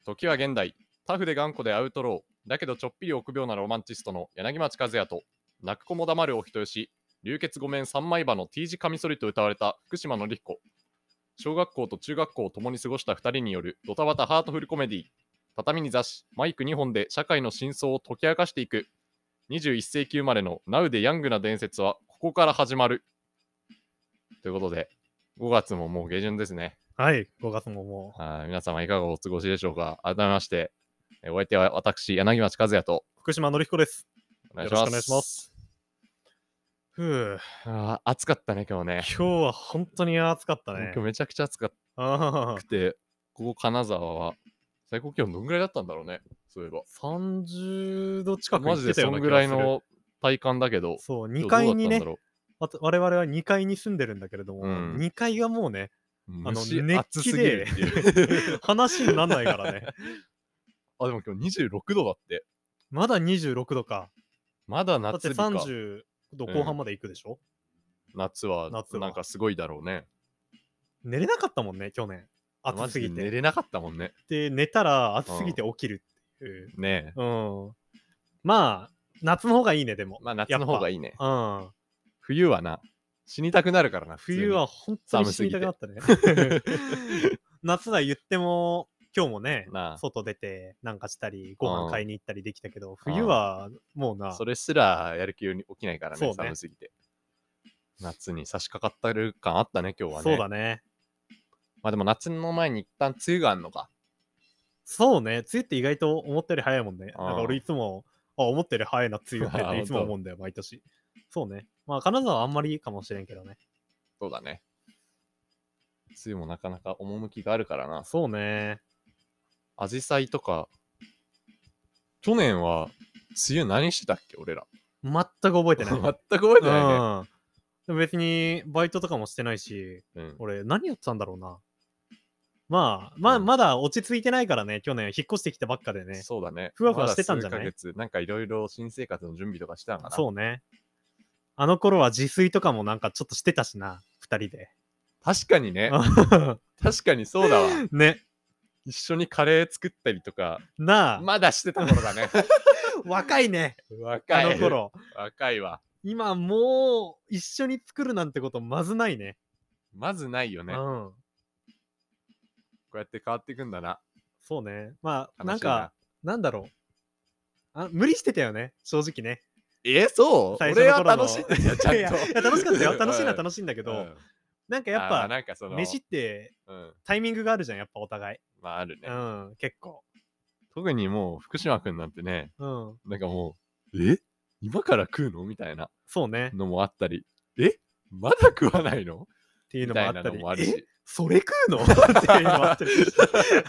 時は現代、タフで頑固でアウトロー、だけどちょっぴり臆病なロマンチストの柳町和也と、泣く子も黙るお人よし、流血御免三枚刃の T 字カミソリと歌われた福島のり彦。小学校と中学校を共に過ごした2人によるドタバタハートフルコメディ。畳に雑誌、マイク2本で社会の真相を解き明かしていく。21世紀生まれのナウでヤングな伝説はここから始まる。ということで、5月ももう下旬ですね。 はい、5月ももはい、皆様いかがお過ごしでしょうか。改めまして、お相手は私、柳町和也とう、福島のりひこです。 お願いします。 よろしくお願いします。 暑かったね、今日ね。 今日は本当に暑かったね。 今日めちゃくちゃ暑かったくて、ここ金沢は最高気温どんぐらいだったんだろうね、そういえば。 30度近く行マジでってたようなそんぐらい気がする。 の体感だけど、 そう、2 今日どう階にねだったんだ、ろ我々は2階に住んでるんだけれども、 うん 2階がもうね、 う。蒸し熱暑気すぎるでっていう。 話になんないからね。 あ、でも今日26度だって。 まだ26度か。 まだだって夏日か。 30度後半まで行くでしょ、 夏はなんかすごいだろうね。 寝れなかったもんね、去年。 マジで暑すぎて。 寝れなかったもんね。 で、寝たら暑すぎて起きるっていう。 ねえ。 まあ、夏の方がいいね、でも。 まあ夏の方がいいね。 うん。 冬はな、死にたくなるからな。 冬は本当に死にたくなったね。夏は言っても、今日もね、外出てなんかしたり、ご飯買いに行ったりできたけど、冬はもうな。 それすらやる気起きないからね、 ね、 寒すぎて。夏に差し掛かったる感あったね、今日はね。 そうだね。 まあでも夏の前に一旦梅雨があんのか。 そうね、梅雨って意外と思ったより早いもんね。なんか俺いつも、思ったより早いな、梅雨っていつも思うんだよ、毎年。そうね。まあ金沢はあんまりいいかもしれんけどね。 そうだね。梅雨もなかなか趣があるからな。 そうね。 アジサイとか、去年は梅雨何してたっけ、俺ら。 全く覚えてない。 全く覚えてないね。 でも別にバイトとかもしてないし、俺何やってたんだろうな。まだ落ち着いてないからね、去年引っ越してきたばっかでね。 そうだね。 ふわふわしてたんじゃない？ まだ数ヶ月、なんかいろいろ新生活の準備とかしてたのかな。 そうね。あの頃は自炊とかもなんかちょっとしてたしな、2人で。 確かにね。確かにそうだわ。 ね。 一緒にカレー作ったりとか。 なあ。 まだしてた頃だね。 若いね。 若い。 あの頃。 若いわ。 今もう一緒に作るなんてことまずないね。 まずないよね。こうやって変わっていくんだな。 そうね。まあ、なんか、なんだろう。無理してたよね、正直ね。 そう？俺は楽しんでたよ、ちゃんと。 いや、楽しかったよ。楽しいのは楽しいんだけど、なんかやっぱ、飯ってタイミングがあるじゃん、やっぱお互い。 まああるね。 結構。 特にもう福島くんなんてね、なんかもう、今から食うのみたいなのもあったり、まだ食わないのっていうのもあったり、 あるし、 それ食うのっていうのもあったりして。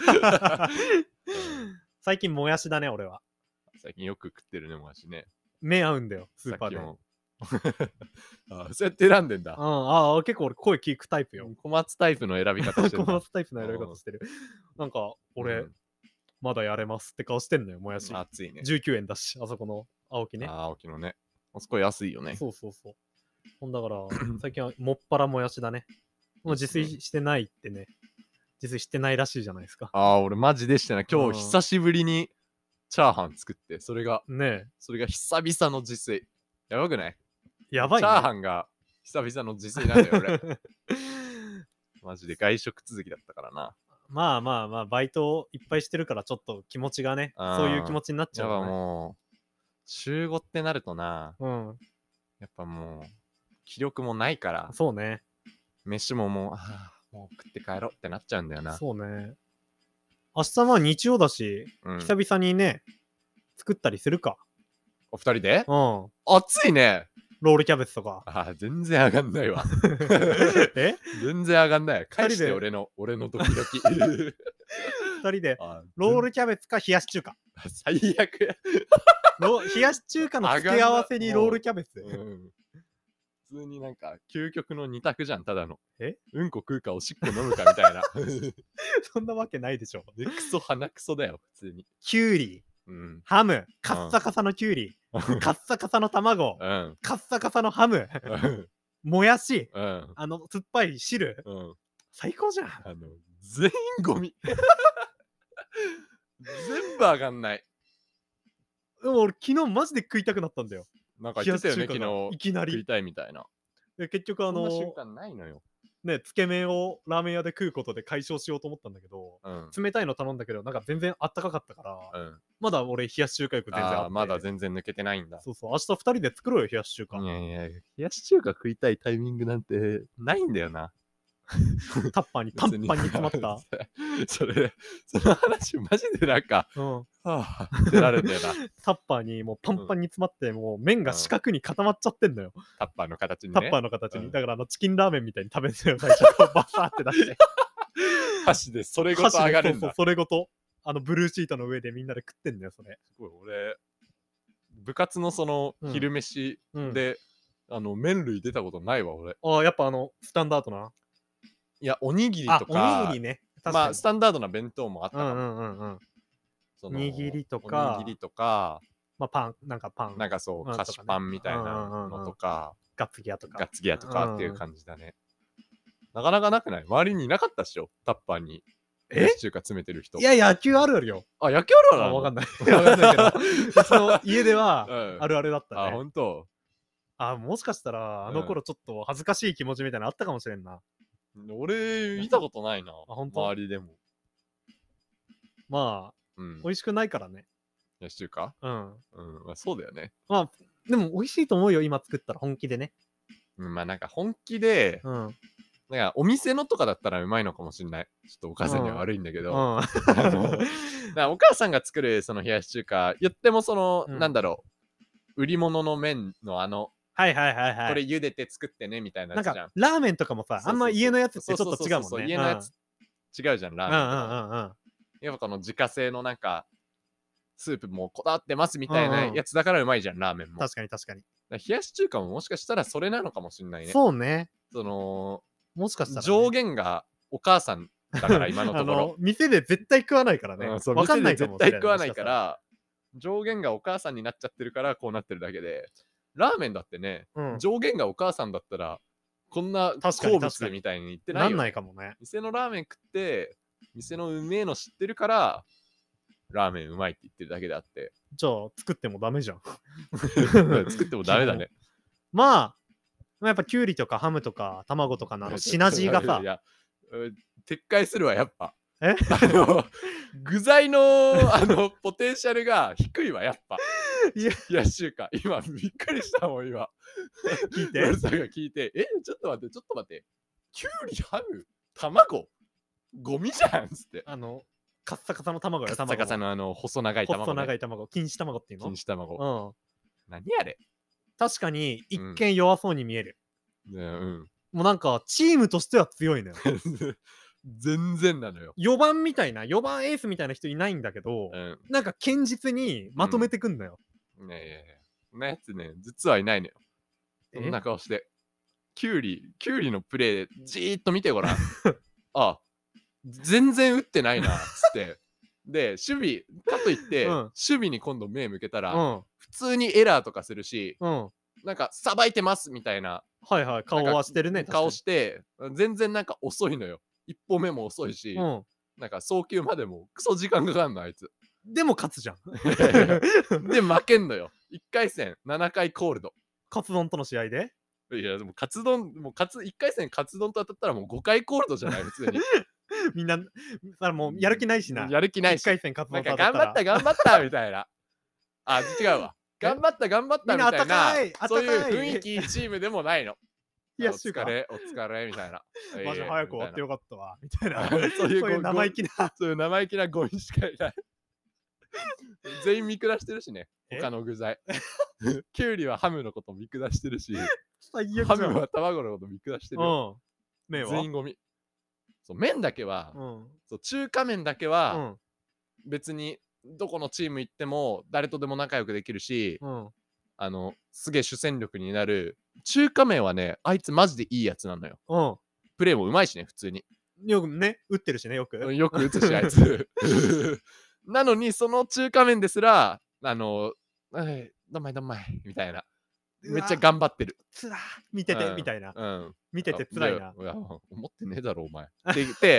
最近もやしだね、俺は。 最近よく食ってるね、もやしね。 目合うんだよ、スーパーで。 そうやって選んでんだ。 結構俺声聞くタイプよ。 小松タイプの選び方してる。 小松タイプの選び方してる。なんか、俺、まだやれますって顔してんのよ、もやし。 熱いね。 19円だし、あそこの青木ね。 青木のね。あそこ安いよね。 そう。だから、最近はもっぱらもやしだね。もう自炊してないってね。自炊してないらしいじゃないですか。 俺マジでしてない。今日久しぶりにチャーハン作って、それが久々の自炊。やばくない？ やばいね。 チャーハンが久々の自炊なんだよ、俺。マジで外食続きだったからな。 まあ、バイトいっぱいしてるからちょっと気持ちがね、そういう気持ちになっちゃうよね。 やっぱもう、週5ってなるとな、やっぱもう、気力もないから。 そうね。 飯ももう食って帰ろうってなっちゃうんだよな。 そうね。明日は日曜だし、久々にね、作ったりするか。 お二人で？暑いね。 ロールキャベツとか。 全然上がんないわ。全然上がんない。返して俺の時々。 2人で、ロールキャベツか冷やし中華。 最悪。 冷やし中華の付け合わせにロールキャベツ。 普通になんか究極の2択じゃん、ただの。うんこ食うかおしっこ飲むかみたいな。 そんなわけないでしょ。 で、クソ鼻クソだよ、普通に。 キュウリ、ハム、カッサカサのキュウリ、カッサカサの卵、カッサカサのハム、もやし、酸っぱい汁。最高じゃん。 全員ゴミ。 部上がんない。 でも俺昨日マジで食いたくなったんだよ。 なんか言ってたよね、 冷やし中華が昨日。 いきなり食いたいみたいな。 で結局そんな瞬間ないのよ。 ね、つけ麺をラーメン屋で食うことで解消しようと思ったんだけど、冷たいの頼んだけど、なんか全然あったかかったから、まだ俺冷やし中華よく全然あって。 まだ全然抜けてないんだ。 そうそう、明日2人で作ろうよ、冷やし中華。 いやいや、冷やし中華食いたいタイミングなんてないんだよな。 タッパーにパンパンに詰まった。 その話マジでなんか、はあってなるんだよな。 タッパーにもうパンパンに詰まって、もう麺が四角に固まっちゃってんのよ。 タッパーの形にね。 タッパーの形に。だからチキンラーメンみたいに食べてる最初、バサーって出して。 箸でそれごと上がるんだ。 そうそれごと。ブルーシートの上でみんなで食ってんだよ、それ。 すごい、俺、部活のその昼飯で、麺類出たことないわ、俺。 やっぱスタンダードな。 いや、おにぎりとか、 おにぎりね。 まあ、スタンダードな弁当もあったかも。おにぎりとか、まあ、パン。なんかそう、菓子パンみたいなのとか、 ガッツギアとか。 ガッツギアとかっていう感じだね。なかなかなくない？周りにいなかったっしょ、タッパーに。冷やし中華詰めてる人。 いや、野球あるあるよ。 あ、野球あるある？ わかんない。わかんないけど、その家ではあるあるだったね。 あ、ほんと？ もしかしたら、頃ちょっと恥ずかしい気持ちみたいなのあったかもしれんな。 俺、見たことないな。 ほんと？ 周りでも。 まあ、美味しくないからね。 冷やし中華？まあそうだよね。 まあ、でも美味しいと思うよ、今作ったら本気でね。 まあなんか本気で、なんかお店のとかだったらうまいのかもしんない。ちょっとお母さんには悪いんだけど。お母さんが作るその冷やし中華、言ってもその、なんだろう、売り物の麺のはいはいはいはい。 これ茹でて作ってねみたいなやつじゃん。 なんかラーメンとかもさ、あんま家のやつってちょっと違うもんね。 家のやつ違うじゃん、ラーメンとか。やっぱこの自家製のなんかスープもこだわってますみたいなやつだからうまいじゃん、ラーメンも。 確かに確かに。 冷やし中華ももしかしたらそれなのかもしんないね。 そうね。 もしかしたら上限がお母さんだから今のところ。 店で絶対食わないからね。わかんないかもしれない。 絶対食わないから、上限がお母さんになっちゃってるからこうなってるだけで。ラーメンだってね、上限がお母さんだったら、こんな好物みたいに言ってないよ。 なんないかもね。 店のラーメン食って、店のうめえの知ってるから、ラーメンうまいって言ってるだけであって。 じゃあ、作ってもダメじゃん。 作ってもダメだね。 まあ、やっぱキュウリとかハムとか卵とかのシナジーがさ。 いや、撤回するわ、やっぱ。具材のポテンシャルが低いわ、やっぱ。冷やし中華。今、びっくりしたもん、今。 聞いて。 ルさんが聞いて、ちょっと待って。キュウリ、ハム、卵、ゴミじゃんつって。 カッサカサの卵よ、 カッサカサの細長い卵。 細長い卵。錦糸卵っていうの？ 錦糸卵。何あれ？ 確かに、一見弱そうに見える。もうなんか、チームとしては強いのよ。 全然なのよ。 4番みたいな、4番エースみたいな人いないんだけど、なんか堅実にまとめてくんのよ。 そんなやつね、実はいないのよ。そんな顔して。キュウリのプレーじーっと見てごらん。あ、全然打ってないな、つって。で、守備、かといって、守備に今度目向けたら、普通にエラーとかするし、なんか、さばいてますみたいな。 はいはい、顔はしてるね。 顔して、全然なんか遅いのよ。一歩目も遅いし、なんか送球までもクソ時間かかんの、あいつ。 でも勝つじゃん。 で、負けんのよ。1回戦、7回コールド。 カツ丼との試合で？ いや、でも1回戦カツ丼と当たったらもう5回コールドじゃない、普通に。 みんな、もうやる気ないしな。 やる気ないし。 1回戦カツ丼と当たったら。なんか頑張ったみたいな。あ、違うわ。頑張ったみたいな、そういう雰囲気チームでもないの。お疲れみたいな。 マジ早く終わってよかったわみたいな。 そういう生意気な。 そういう生意気なゴミしかいない。全員見下してるしね、他の具材。キュウリはハムのこと見下してるし、ハムは卵のこと見下してるよ。 麺は全員ゴミ。麺だけは、中華麺だけは、別にどこのチーム行っても誰とでも仲良くできるし、すげえ主戦力になる。中華麺はね、あいつマジでいいやつなのよ。プレーもうまいしね、普通に。 よくね、打ってるしね、よく打つし、あいつ。なのに、その中華麺ですら、どんまいみたいな。めっちゃ頑張ってる。 つら見てて、みたいな。見ててつらいな。 思ってねえだろ、お前。って言って、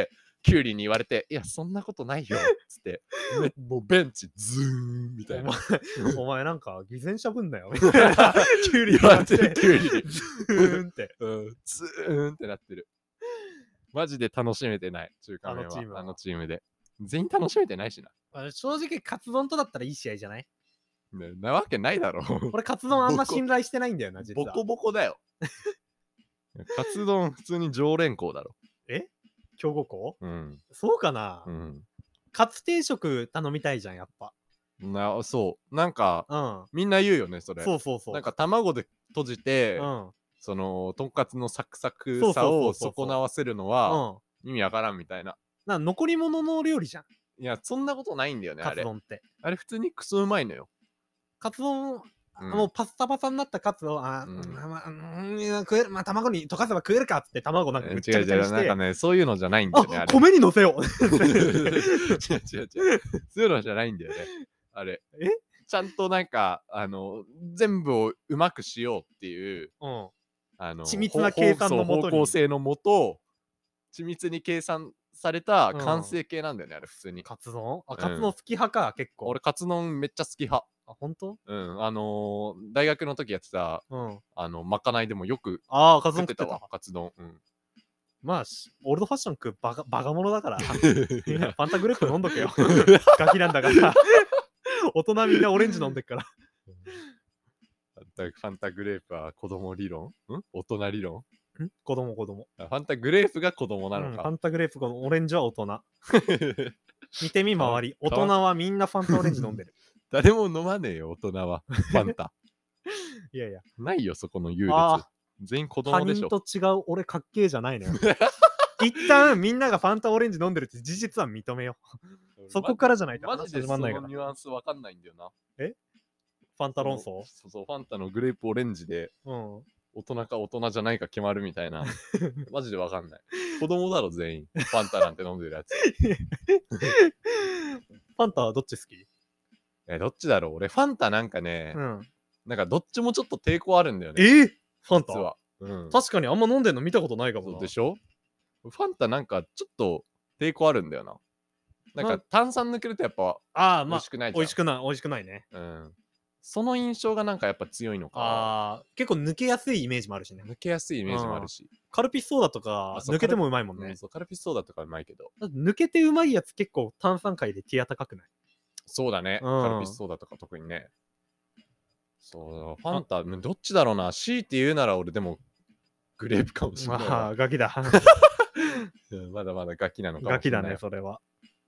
キュウリに言われて、いや、そんなことないよ。つって、もうベンチズーンみたいな。 お前なんか偽善者ぶんなよ。みたいな。キュウリ言われて、 キュウリに。 ズーンって。 ズーンってなってる。マジで楽しめてない、中華麺は。あのチームで。全員楽しめてないしな。 正直、カツ丼とだったらいい試合じゃない？ なわけないだろ。 俺、カツ丼あんま信頼してないんだよな、実は。 ボコボコだよ。カツ丼普通に常連校だろ。 兵庫校？ うん。 そうかな？ うん。 カツ定食頼みたいじゃん、やっぱ。 そう。なんか、みんな言うよね、それ。 そうそうそう。 なんか卵で閉じて、その、とんかつのサクサクさを損なわせるのは、意味わからんみたいな。 残り物の料理じゃん。 いや、そんなことないんだよね、あれ。 カツ丼って。 あれ普通にクソうまいのよ。 カツ丼、もうパッサパサになったカツを、食える、卵に溶かせば食えるかっつって卵なんかぐっちゃぐちゃにして。 なんかね、そういうのじゃないんだよね、あれ。 米に乗せよう。 違う。そういうのじゃないんだよね、あれ。ちゃんとなんか、全部をうまくしようっていう、 緻密な計算のもとに。 方向性のもと、緻密に計算された完成形なんだよね、あれ普通に。 カツ丼？カツ丼好き派か、結構。 俺カツ丼めっちゃ好き派。 本当？ 大学の時やってた、まかないでもよくカツ丼食ってたわ。 カツ丼。 まあ、オールドファッション食うバカ者だから。ファンタグレープ飲んどけよ。ガキなんだから。大人みんなオレンジ飲んでっから。 ファンタグレープは子供理論？大人理論？ 子供。 ファンタグレープが子供なのか。 ファンタグレープ、オレンジは大人。見てみ、周り。大人はみんなファンタオレンジ飲んでる。 誰も飲まねえよ、大人は。ファンタ。 いやいや。 ないよ、そこの優劣。全員子供でしょ。 他人と違う俺かっけえじゃないのよ。一旦みんながファンタオレンジ飲んでるって事実は認めよう。そこからじゃないと話始まんないから。マジでそのニュアンスわかんないんだよな。 ファンタ論争？ そう、ファンタのグレープオレンジで、大人か大人じゃないか決まるみたいな。マジでわかんない。子供だろ、全員。ファンタなんて飲んでるやつ。 ファンタはどっち好き？ どっちだろう。俺、ファンタなんかね、なんかどっちもちょっと抵抗あるんだよね。 ファンタは。 確かにあんま飲んでんの見たことないかもな。 そうでしょ？ファンタなんかちょっと抵抗あるんだよな。なんか炭酸抜けるとやっぱ美味しくないじゃん。 美味しくないね。 その印象がなんかやっぱ強いのか。 結構抜けやすいイメージもあるしね。 抜けやすいイメージもあるし。 カルピスソーダとか抜けてもうまいもんね。 そう、カルピスソーダとかうまいけど。 抜けてうまいやつ結構炭酸界でティア高くない？ そうだね。カルピスソーダとか特にね。そう、ファンタ、どっちだろうな。強いて言うなら俺でもグレープかもしれない。 ガキだ。 まだまだガキなのかもしれない。 ガキだね、それは。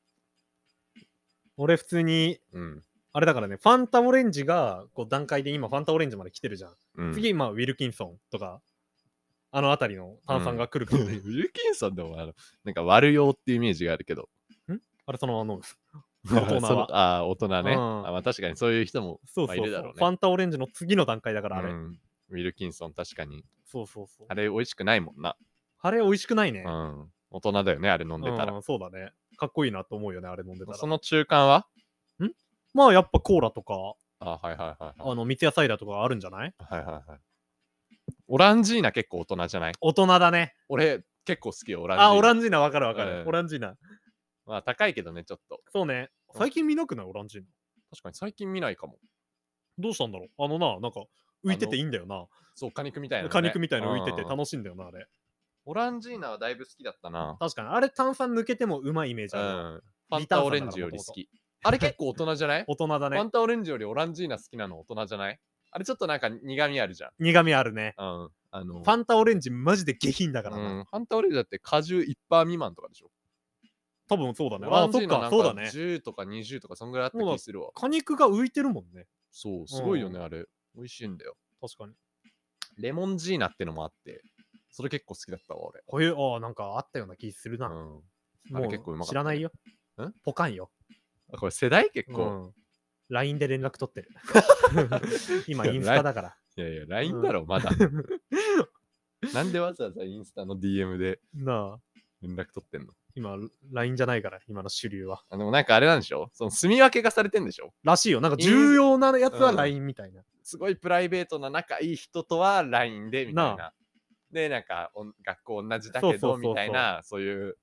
俺普通に、あれだからね、ファンタオレンジがこう段階で今ファンタオレンジまで来てるじゃん。次、ウィルキンソンとか、あのあたりの炭酸が来るからね。 ウィルキンソンでもなんか割るよっていうイメージがあるけど。 あれそのまま飲む。大人は。 大人ね。まあ確かにそういう人もいるだろうね。 ファンタオレンジの次の段階だからあれ。 ウィルキンソン確かに。 そう。 あれ美味しくないもんな。 あれ美味しくないね。 大人だよね、あれ飲んでたら。 そうだね。かっこいいなと思うよね、あれ飲んでたら。 その中間は？ まあやっぱコーラとか、三ツ矢サイダーとかあるんじゃない？ オランジーナ結構大人じゃない？ 大人だね。 俺結構好きよ、オランジーナ。 オランジーナわかる。オランジーナ。 まあ高いけどね、ちょっと。 そうね。最近見なくない？オランジーナ。 確かに最近見ないかも。 どうしたんだろう？なんか浮いてていいんだよな。 そう、果肉みたいな。 果肉みたいな浮いてて楽しいんだよな、あれ。 オランジーナはだいぶ好きだったな。 確かに。あれ炭酸抜けてもうまいイメージある。 ファンタオレンジより好き。あれ結構大人じゃない？ 大人だね。 ファンタオレンジよりオランジーナ好きなの大人じゃない？あれちょっとなんか苦味あるじゃん。 苦味あるね。 ファンタオレンジマジで下品だからな。 ファンタオレンジだって果汁 1% 未満とかでしょ。 多分そうだね。 そっか、そうだね。10とか20とかそんぐらいあった気するわ。 果肉が浮いてるもんね。 そう、すごいよね、あれ。美味しいんだよ。 確かに。 レモンジーナってのもあって、それ結構好きだったわ、俺。 なんかあったような気するな。 あれ結構うまかった。 知らないよ。ポカンよ。 これ世代結構。 LINE で連絡取ってる。今インスタだから。 いやいや、LINE だろ、まだ。なんでわざわざインスタの DM で連絡取ってんの？ 今、LINE じゃないから、今の主流は。 でもなんかあれなんでしょ？その住み分けがされてんでしょ？ らしいよ。なんか重要なやつは LINE みたいな。 すごいプライベートな仲いい人とは LINE でみたいな。で、なんか学校同じだけどみたいな、そういう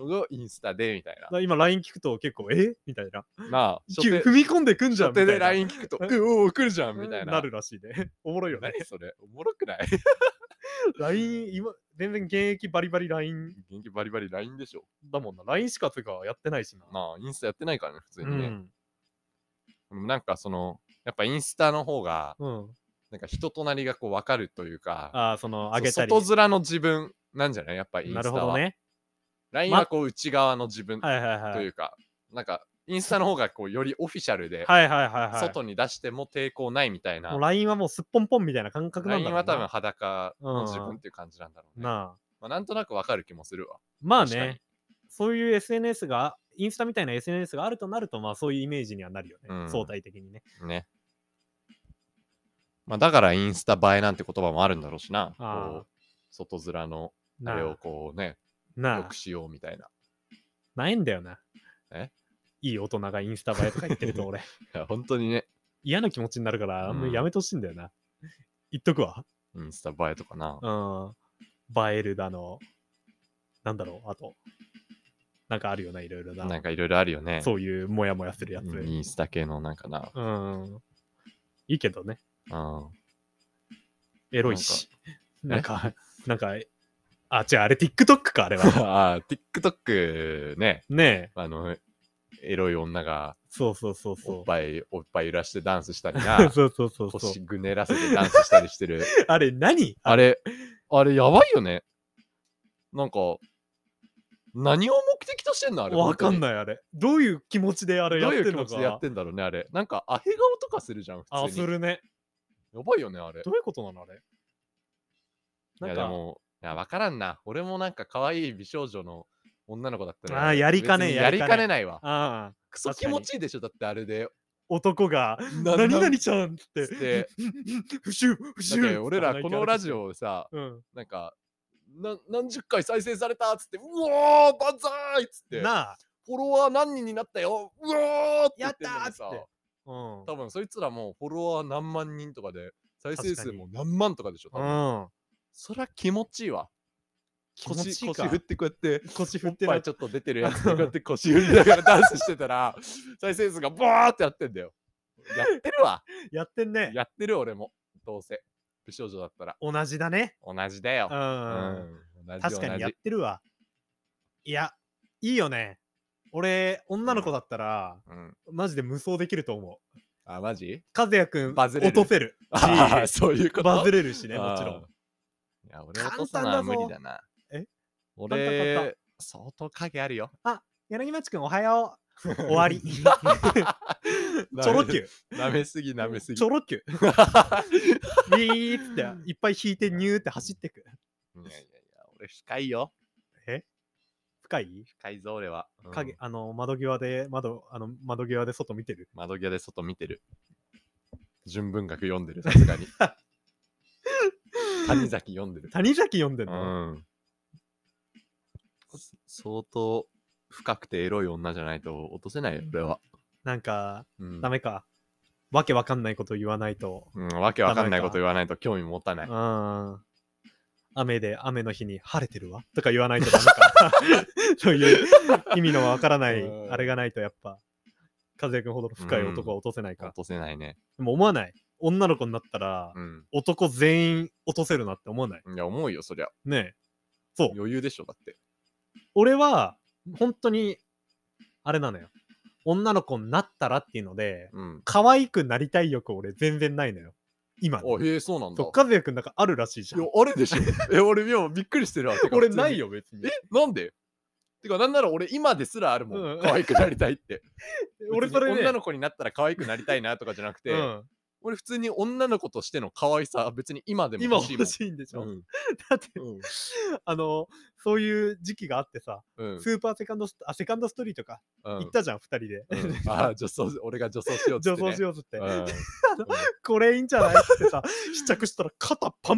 のがインスタでみたいな。 今 LINE 聞くと結構みたいな。 なあ、 踏み込んでくんじゃんみたいな。 初手で LINE 聞くとおお来るじゃんみたいな。 なるらしいね。おもろいよね。 何それおもろくない？ LINE 今全然現役バリバリ LINE 現役バリバリ LINE でしょ。 だもんな。LINE しかつかやってないしな。 なあ、インスタやってないからね普通にね。なんかそのやっぱインスタの方がなんか人となりがこう分かるというか、 その上げたり外面の自分なんじゃないやっぱインスタは。 なるほどね。 LINE はこう内側の自分というか、なんかインスタの方がこうよりオフィシャルで、外に出しても抵抗ないみたいな。 もう LINE はもうすっぽんぽんみたいな感覚なんだろうな。 LINE は多分裸の自分っていう感じなんだろうね。まあなんとなく分かる気もするわ。 まあね、そういう SNS が、インスタみたいな SNS があるとなると、まあそういうイメージにはなるよね。相対的にね。 ね。まあだからインスタ映えなんて言葉もあるんだろうしな。こう外面のあれをこうね、よくしようみたいな。 ないんだよな。いい大人がインスタ映えとか言ってると俺。いや、本当にね。 嫌な気持ちになるから、あんまりやめてほしいんだよな。言っとくわ。 インスタ映えとかな。 映えるだの。なんだろう、あと。なんかあるよな、いろいろな。 なんかいろいろあるよね。 そういうモヤモヤするやつ。 インスタ系のなんかな。 いいけどね。エロいし。なんか、違う、あれ TikTok か、あれは。 TikTok ね。 ねえ。エロい女が、 そう。 おっぱい揺らしてダンスしたりな。 そう。 腰ぐねらせてダンスしたりしてる。 あれ何？ あれやばいよね。なんか、何を目的としてんのあれ。 わかんない、あれ。どういう気持ちであれやってんのか。 どういう気持ちでやってんだろうね、あれ。なんか、アヘ顔とかするじゃん、普通に。 するね。 やばいよね、あれ。 どういうことなのあれ。 いや、でも、わからんな。俺もなんか可愛い美少女の女の子だったら。 やりかねないわ。クソ気持ちいいでしょ、だってあれで。 男が、何々ちゃんって。不臭。 だって俺らこのラジオをさ、なんか、何十回再生されたっつって、うおー万歳っつって、フォロワー何人になったよ、うおーって言ってんのにさ、多分そいつらもフォロワー何万人とかで、再生数も何万とかでしょ、多分。そりゃ気持ちいいわ。腰振ってこうやって、おっぱいちょっと出てるやつでこうやって腰振りながらダンスしてたら、再生数がバーってやってんだよ。やってるわ。 やってんね。 やってる俺も、どうせ。美少女だったら。 同じだね。 同じだよ。 確かにやってるわ。いや、いいよね。俺、女の子だったら、マジで無双できると思う。 マジ？ 和也くん、落とせる。 そういうこと？ バズれるしね、もちろん。 いや、俺落とすのは無理だな。俺、相当影あるよ。 柳町くんおはよう。終わり。ちょろっきゅう。 舐めすぎ。 ちょろっきゅう。ビーっていっぱい引いてニューって走ってく。 いや、俺深いよ。 深い？ 深いぞ、俺は。 影、窓際で外見てる。 窓際で外見てる。純文学読んでる、さすがに。谷崎読んでる。 谷崎読んでんの？ 相当深くてエロい女じゃないと落とせないよ、俺は。 なんか、ダメか。わけわかんないこと言わないと。 わけわかんないこと言わないと興味持たない。 雨の日に晴れてるわとか言わないとダメか。そういう意味のわからないあれがないとやっぱ、和也くんほどの深い男は落とせないか。 落とせないね。 でも思わない。女の子になったら、男全員落とせるなって思わない？ いや、思うよ、そりゃ。 ねえ。そう。 余裕でしょ、だって。 俺は、本当に、あれなのよ。女の子になったらっていうので、可愛くなりたい欲俺全然ないのよ。今。 へえ、そうなんだ。 和也くんなんかあるらしいじゃん。 あれでしょ。俺びっくりしてるわ。 俺ないよ、別に。 なんで？てか、なんなら俺今ですらあるもん。可愛くなりたいって。俺それ女の子になったら可愛くなりたいなとかじゃなくて、俺普通に女の子としての可愛さ別に今でも欲しいもん。 今欲しいんでしょ。だって、そういう時期があってさ、スーパーセカンドストーリーとか行ったじゃん、2人で。 俺が女装しようっつって。 女装しようっつって。これいいんじゃないってさ、試着したら肩パン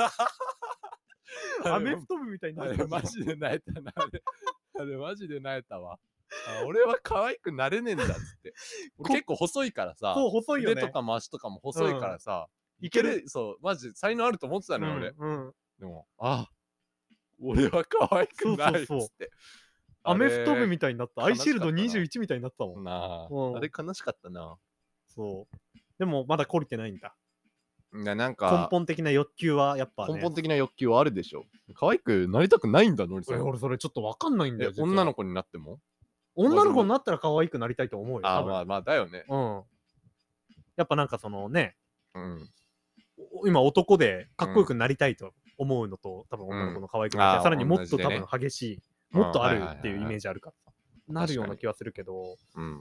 パン。アメフト部みたいになってた。 マジで泣いたな。あれマジで泣いたわ。俺は可愛くなれねえんだっつって。俺結構細いからさ、 そう細いよね。 腕とかも足とかも細いからさ、いける。そう、マジ才能あると思ってたのよ、俺。でも、俺は可愛くないっつって。 アメフト部みたいになった。アイシールド悲しかったな 21みたいになったもん。 なうんあれ悲しかったな。 そう。でもまだ懲りてないんだ。 なん根か本的な欲求はやっぱね。 根本的な欲求はあるでしょ。可愛くなりたくないんだ、のりさん。 俺それちょっとわかんないんだよ。実は女の子になっても女の子になったら可愛くなりたいと思うよ。多分まあまあだよね。 うん。やっぱなんかそのね、 うん。 今男でかっこよくなりたいと思うのと、多分女の子の可愛くなりたい。さらにもっと多分激しい、もっとあるっていうイメージあるからさ。なるような気はするけど、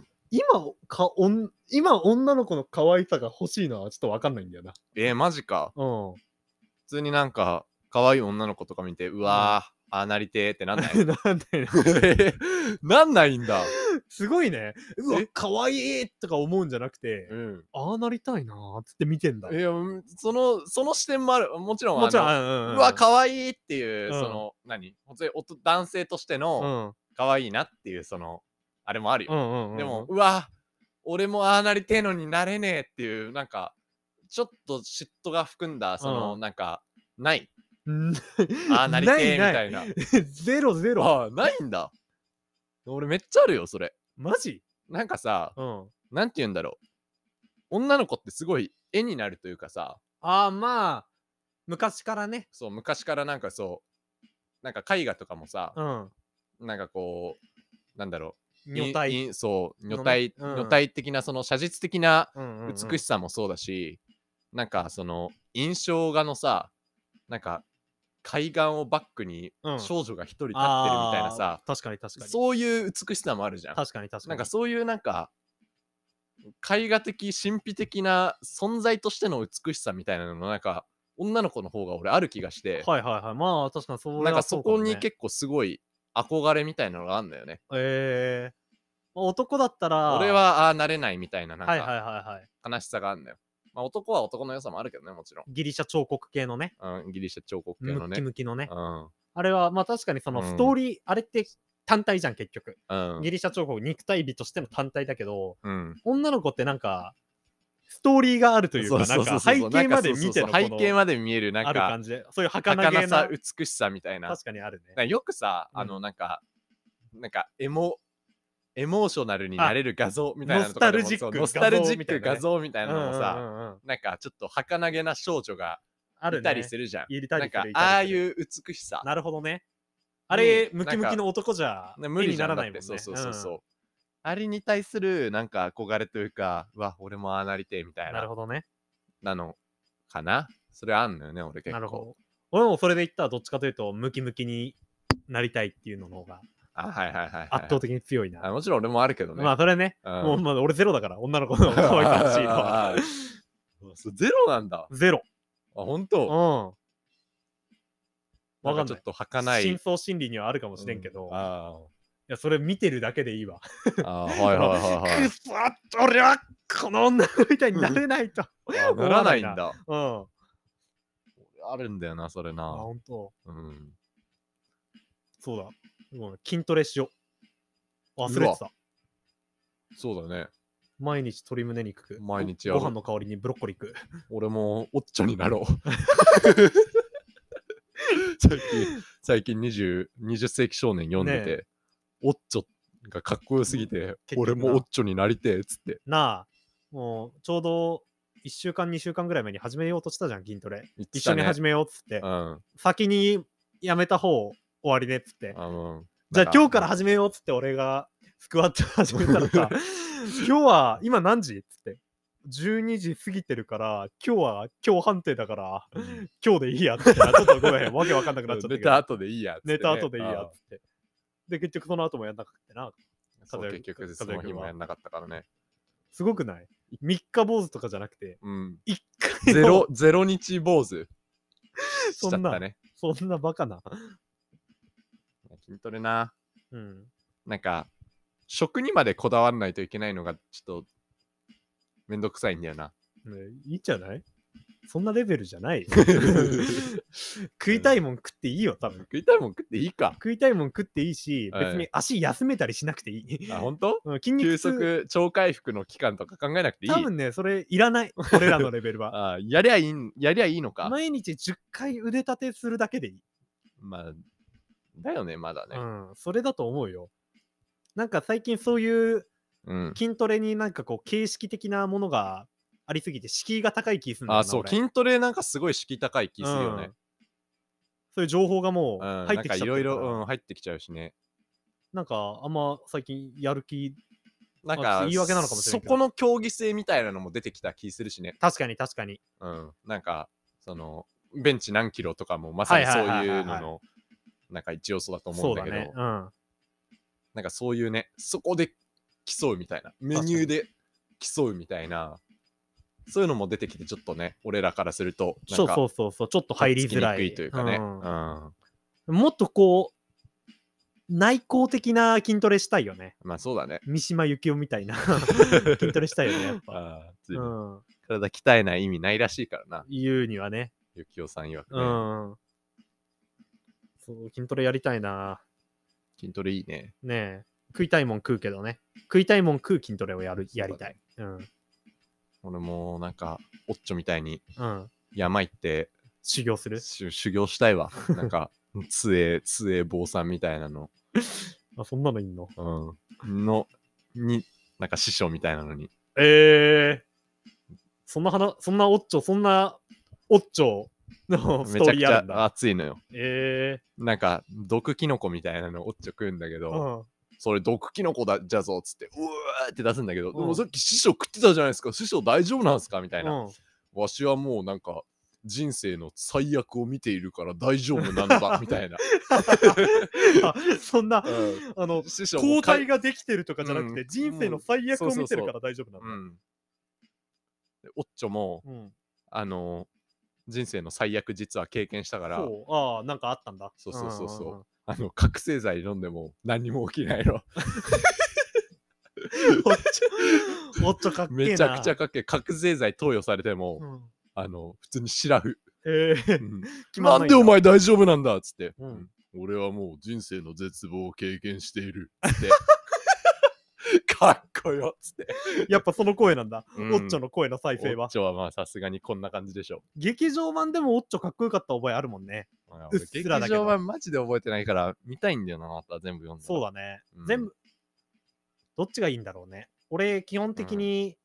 今女の子の可愛さが欲しいのはちょっとわかんないんだよな。 マジか。普通になんか可愛い女の子とか見て、うわー、ああなりてーってなんない。なんないんだ。 すごいね。うわ、可愛いとか思うんじゃなくて、ああなりたいなーっつって見てんだ。 いや、その視点もある。もちろん、 うわ、可愛いっていう、その、男性としての、可愛いなっていう、その、あれもあるよ。でも、うわ、俺もああなりてえのになれねえっていう、なんか、ちょっと嫉妬が含んだ、その、なんか、ない。ああなりてえみたいな。 ゼロ。 ないんだ。俺めっちゃあるよ、それ。 マジ？ なんかさ、なんて言うんだろう。女の子ってすごい絵になるというかさ。 まあ、昔からね。 そう、昔からなんかそう、なんか絵画とかもさ、なんかこう、なんだろう。女体的な、その写実的な美しさもそうだし、なんかその、印象画のさ、なんか、海岸をバックに少女が一人立ってるみたいなさ、 確かにそういう美しさもあるじゃん。 確かになんかそういうなんか絵画的神秘的な存在としての美しさみたいなのもなんか女の子の方が俺ある気がして、 まあ確かにそう、 なんかそこに結構すごい憧れみたいなのがあるんだよね。 男だったら俺はなれないみたいななんか悲しさがあるんだよ。まあ男は男の良さもあるけどね、もちろん。 ギリシャ彫刻系のね。 ギリシャ彫刻系のね。 ムキのね。あれはまあ確かにそのストーリー、あれって単体じゃん結局。ギリシャ彫刻肉体美としての単体だけど、女の子ってなんかストーリーがあるというか、なんか背景まで見ての背景まで見えるなんかある感じで、そういう儚さ美しさみたいな。 確かにあるね。よくさ、なんかエモーショナルになれる画像みたいなのとかでも、ノスタルジック画像みたいなのもさ、なんかちょっと儚げな少女がいたりするじゃん。なんかああいう美しさ。 なるほどね。あれムキムキの男じゃ無理にならないもんね。 そう。あれに対するなんか憧れというか、うわ俺もああなりてえみたいな。 なるほどね。 なのかな。それあんのよね、俺結構。 なるほど。俺もそれで言ったらどっちかというとムキムキになりたいっていうのの方が圧倒的に強いな。 もちろん俺もあるけどね。 まあそれね、もうまあ俺ゼロだから、女の子の可愛く欲しいのは。 ゼロなんだ。 ゼロ。 本当？ わかんない。 ちょっと儚い。 深層心理にはあるかもしれんけど、いやそれ見てるだけでいいわ。くそっ俺はこの女みたいになれないと。 ならないんだ。あるんだよな、それな。 本当。そうだ。筋トレしよう。忘れてた。 そうだね。 毎日鶏胸肉食う。 毎日やる。 ご飯の代わりにブロッコリー食う。 俺もおっちょになろう。最近20世紀少年読んでて、おっちょがかっこよすぎて、俺もおっちょになりてえっつって。 もうちょうど1週間2週間ぐらい前に始めようとしたじゃん、筋トレ。一緒に始めようっつって。先にやめた方終わりねっつって。じゃあ今日から始めようっつって俺がスクワット始めたらさ、今日は今何時っつって。12時過ぎてるから今日判定だから、今日でいいやって。ちょっとごめん、わけわかんなくなっちゃったけど。 寝た後でいいやっつって。 寝た後でいいやっつって。で結局その後もやんなかったな。 結局その日もやんなかったからね。 すごくない？三日坊主とかじゃなくて、 1回ゼロ日坊主しちゃったね。 そんなバカな。 筋トレな。なんか食にまでこだわらないといけないのがちょっとめんどくさいんだよな。 いいんじゃない？そんなレベルじゃない。食いたいもん食っていいよ、多分。 食いたいもん食っていいか。 食いたいもん食っていいし、別に足休めたりしなくていい。 本当？ 筋肉休息超回復の期間とか考えなくていい。 多分ね、それいらない。俺らのレベルは。 やりゃいいのか。 毎日10回腕立てするだけでいい。 まあだよね、まだね。 それだと思うよ。なんか最近そういううん。 筋トレになんかこう形式的なものがありすぎて敷居が高い気すんだよな。 そう、 俺筋トレなんかすごい敷居高い気するよね。 そういう情報がもう入ってきちゃってるから。 なんかいろいろ入ってきちゃうしね。 なんかあんま最近やる気なんか言い訳なのかもしれないけど。 そこの競技性みたいなのも出てきた気するしね。 確かに確かに。 なんかそのベンチ何キロとかもまさにそういうののなんか一要素だと思うんだけど、 ね、 なんかそういうね、そこで競うみたいな、メニューで競うみたいな、そういうのも出てきてちょっとね、俺らからするとなんかそうちょっと入りづらいというかね、 もっとこう内向的な筋トレしたいよね。 まあそうだね。 三島由紀夫みたいな筋トレしたいよね、やっぱ。 体鍛えない意味ないらしいからな。 言うにはね。 由紀夫さん曰くね。 そう、筋トレやりたいな。 筋トレいいね。 ねえ。食いたいもん食うけどね。食いたいもん食う筋トレをやりたい。 俺もなんか、おっちょみたいに、山行って、 修行する修行したいわ。なんか、杖坊さんみたいなの。 そんなのいんのなんか師匠みたいなのに。 そんなおっちょのストーリーあるんだ。 めちゃくちゃ熱いのよ。なんか、毒キノコみたいなのおっちょ食うんだけど、それ毒キノコだじゃぞっつって、うわーって出すんだけど、でもさっき師匠食ってたじゃないですか、師匠大丈夫なんですかみたいな。わしはもうなんか、人生の最悪を見ているから大丈夫なんだみたいな。 そんな、抗体ができてるとかじゃなくて、人生の最悪を見てるから大丈夫なんだ。 おっちょも、人生の最悪実は経験したから、 なんかあったんだ。 そう。覚醒剤飲んでも何にも起きないの。 おっちょかっけえな。 めちゃくちゃかっけえ。覚醒剤投与されても、普通にシラフ。なんでお前大丈夫なんだっつって、俺はもう人生の絶望を経験しているっつって。かっこよっつって。 やっぱその声なんだ。おっちょの声の再生は。 おっちょはまあさすがにこんな感じでしょ。 劇場版でもおっちょかっこよかった覚えあるもんね。 劇場版マジで覚えてないから見たいんだよな、また全部読んだ。 そうだね。全部、どっちがいいんだろうね。俺、基本的に、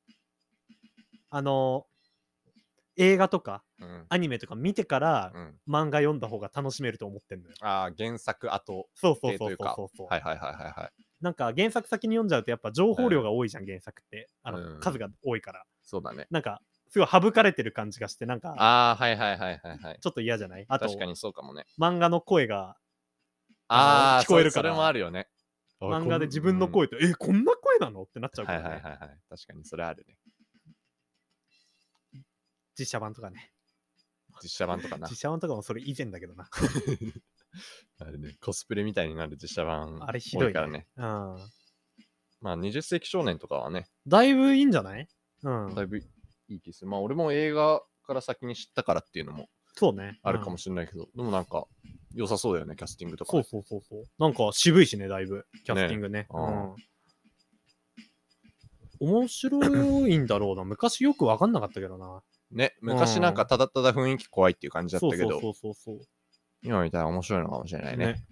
映画とか、アニメとか見てから、漫画読んだ方が楽しめると思ってんのよ。 原作後そう。なんか原作先に読んじゃうとやっぱ情報量が多いじゃん、原作って。数が多いから。 そうだね。 なんか、すごい省かれてる感じがして、なんか、ちょっと嫌じゃない？あと、 確かにそうかもね。 漫画の声が、聞こえるから。 それもあるよね。 漫画で自分の声と、こんな声なのってなっちゃうからね。 確かにそれあるね。 実写版とかね。 実写版とかな。 実写版とかもそれ以前だけどな。 あれね、コスプレみたいになる実写版あれひどいからね。まあ20世紀少年とかはね。 だいぶいいんじゃない？ だいぶいい気する。まあ俺も映画から先に知ったからっていうのもあるかもしれないけど、でもなんか良さそうだよね、キャスティングとか。 そう。なんか渋いしね、だいぶ。キャスティングね。面白いんだろうな。昔よく分かんなかったけどな。 ね、昔なんかただただ雰囲気怖いっていう感じだったけど、 そう。 今みたいな面白いのかもしれないね。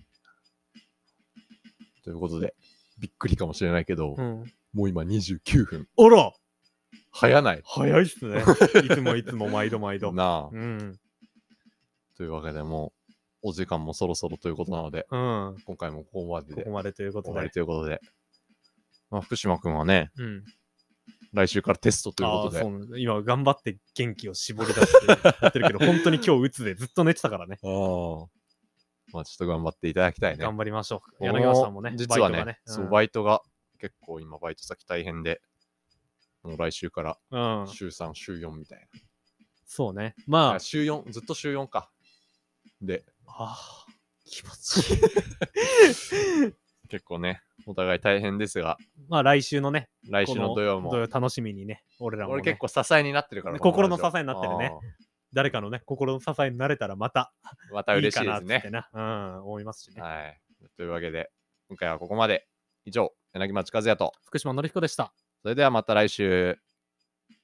ということで、びっくりかもしれないけど、もう今29分。 あら早ない？ 早いっすね。いつも毎度。 なあ。というわけでもう、お時間もそろそろということなので、今回もここまでということで。まあ、福島くんはね、来週からテストということで。 そう今頑張って元気を絞り出してやってるけど、本当に今日鬱でずっと寝てたからね。 まあちょっと頑張っていただきたいね。 頑張りましょう。柳川さんもね、 実はね、バイトが結構今バイト先大変で、もう来週から週3、週4みたいな。 そうね。まあ。 週4、ずっと週4か。で。 気持ちいい。 結構ね、お互い大変ですが。 まあ来週の土曜も。 楽しみにね、俺らも、 俺結構支えになってるから。 心の支えになってるね。誰かのね、心の支えになれたらまた嬉しいですね。 思いますしね。 はい。というわけで、今回はここまで。以上、柳町和也と福島のりひこでした。 それではまた来週。